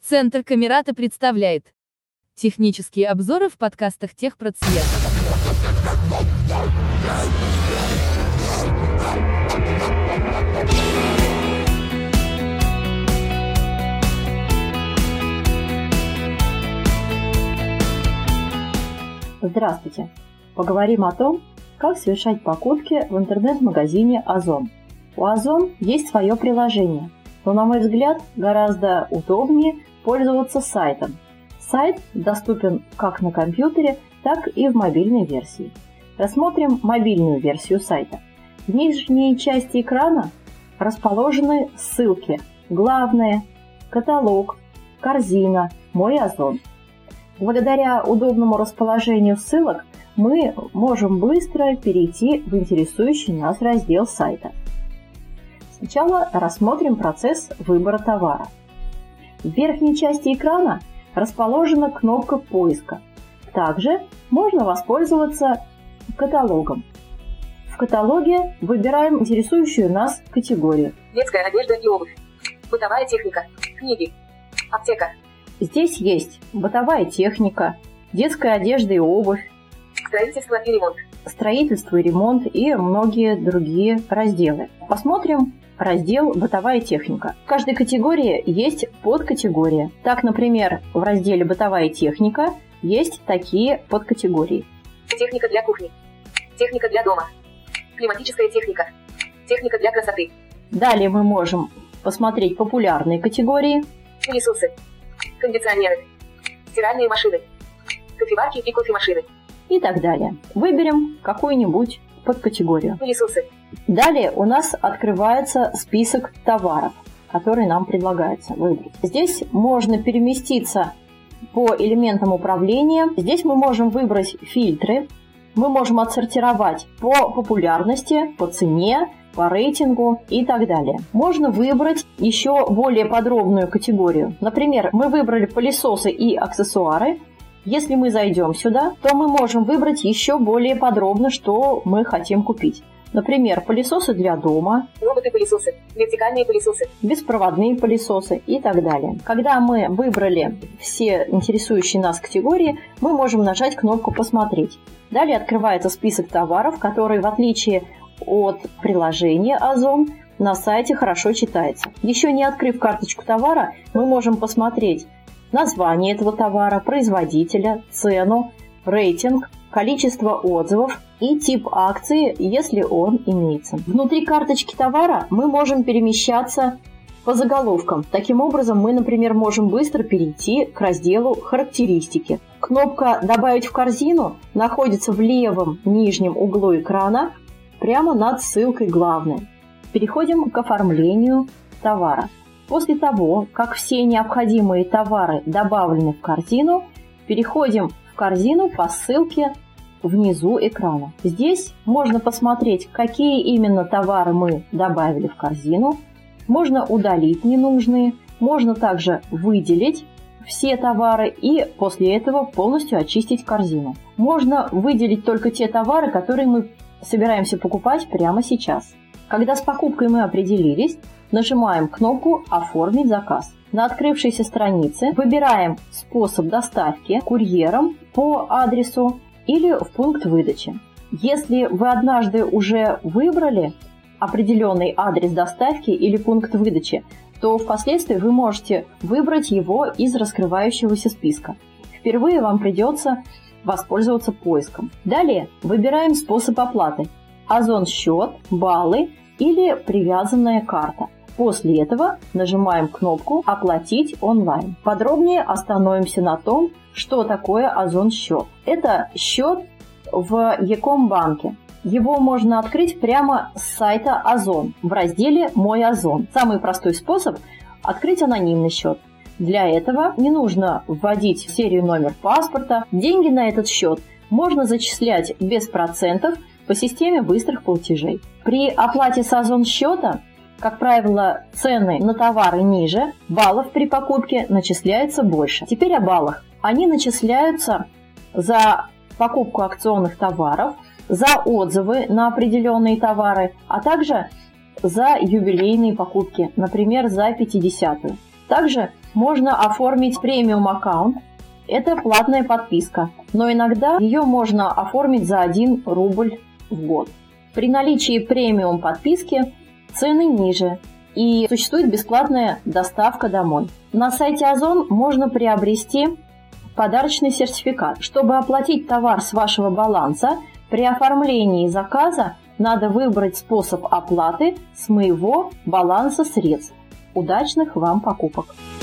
Центр Камерата представляет технические обзоры в подкастах Техпроцвет. Здравствуйте! Поговорим о том, как совершать покупки в интернет-магазине Озон. У Озон есть свое приложение, но, на мой взгляд, гораздо удобнее пользоваться сайтом. Сайт доступен как на компьютере, так и в мобильной версии. Рассмотрим мобильную версию сайта. В нижней части экрана расположены ссылки «Главное», «Каталог», «Корзина», «Мой Озон». Благодаря удобному расположению ссылок мы можем быстро перейти в интересующий нас раздел сайта. Сначала рассмотрим процесс выбора товара. В верхней части экрана расположена кнопка поиска. Также можно воспользоваться каталогом. В каталоге выбираем интересующую нас категорию. Детская одежда и обувь. Бытовая техника. Книги. Аптека. Здесь есть бытовая техника, детская одежда и обувь, Строительство и ремонт. Строительство и ремонт и многие другие разделы. Посмотрим раздел «Бытовая техника». В каждой категории есть подкатегория. Так, например, в разделе «Бытовая техника» есть такие подкатегории. Техника для кухни. Техника для дома. Климатическая техника. Техника для красоты. Далее мы можем посмотреть популярные категории. Пылесосы. Кондиционеры. Стиральные машины. Кофеварки и кофемашины. И так далее. Выберем какую-нибудь подкатегорию. Пылесосы. Далее у нас открывается список товаров, которые нам предлагается выбрать. Здесь можно переместиться по элементам управления. Здесь мы можем выбрать фильтры. Мы можем отсортировать по популярности, по цене, по рейтингу и так далее. Можно выбрать еще более подробную категорию. Например, мы выбрали пылесосы и аксессуары. Если мы зайдем сюда, то мы можем выбрать еще более подробно, что мы хотим купить. Например, пылесосы для дома, роботы-пылесосы, вертикальные пылесосы, беспроводные пылесосы и так далее. Когда мы выбрали все интересующие нас категории, мы можем нажать кнопку «Посмотреть». Далее открывается список товаров, который, в отличие от приложения Озон, на сайте хорошо читается. Еще не открыв карточку товара, мы можем посмотреть название этого товара, производителя, цену, рейтинг, количество отзывов и тип акции, если он имеется. Внутри карточки товара мы можем перемещаться по заголовкам. Таким образом, мы, например, можем быстро перейти к разделу «Характеристики». Кнопка «Добавить в корзину» находится в левом нижнем углу экрана, прямо над ссылкой «Главное». Переходим к оформлению товара. После того, как все необходимые товары добавлены в корзину, переходим в корзину по ссылке внизу экрана. Здесь можно посмотреть, какие именно товары мы добавили в корзину. Можно удалить ненужные, можно также выделить все товары и после этого полностью очистить корзину. Можно выделить только те товары, которые мы собираемся покупать прямо сейчас. Когда с покупкой мы определились, нажимаем кнопку «Оформить заказ». На открывшейся странице выбираем способ доставки курьером по адресу или в пункт выдачи. Если вы однажды уже выбрали определенный адрес доставки или пункт выдачи, то впоследствии вы можете выбрать его из раскрывающегося списка. Впервые вам придется воспользоваться поиском. Далее выбираем способ оплаты – Озон счет, баллы или привязанная карта. После этого нажимаем кнопку «Оплатить онлайн». Подробнее остановимся на том, что такое Озон счет. Это счет в Якомбанке. Его можно открыть прямо с сайта Озон в разделе «Мой Озон». Самый простой способ – открыть анонимный счет. Для этого не нужно вводить серию номер паспорта. Деньги на этот счет можно зачислять без процентов по системе быстрых платежей. При оплате с Озон счета, как правило, цены на товары ниже, баллов при покупке начисляется больше. Теперь о баллах. Они начисляются за покупку акционных товаров, за отзывы на определенные товары, а также за юбилейные покупки, например, за 50-ю. Также можно оформить премиум аккаунт. Это платная подписка, но иногда ее можно оформить за 1 рубль в год. При наличии премиум подписки цены ниже и существует бесплатная доставка домой. На сайте Озон можно приобрести подарочный сертификат. Чтобы оплатить товар с вашего баланса, при оформлении заказа надо выбрать способ оплаты с моего баланса средств. Удачных вам покупок!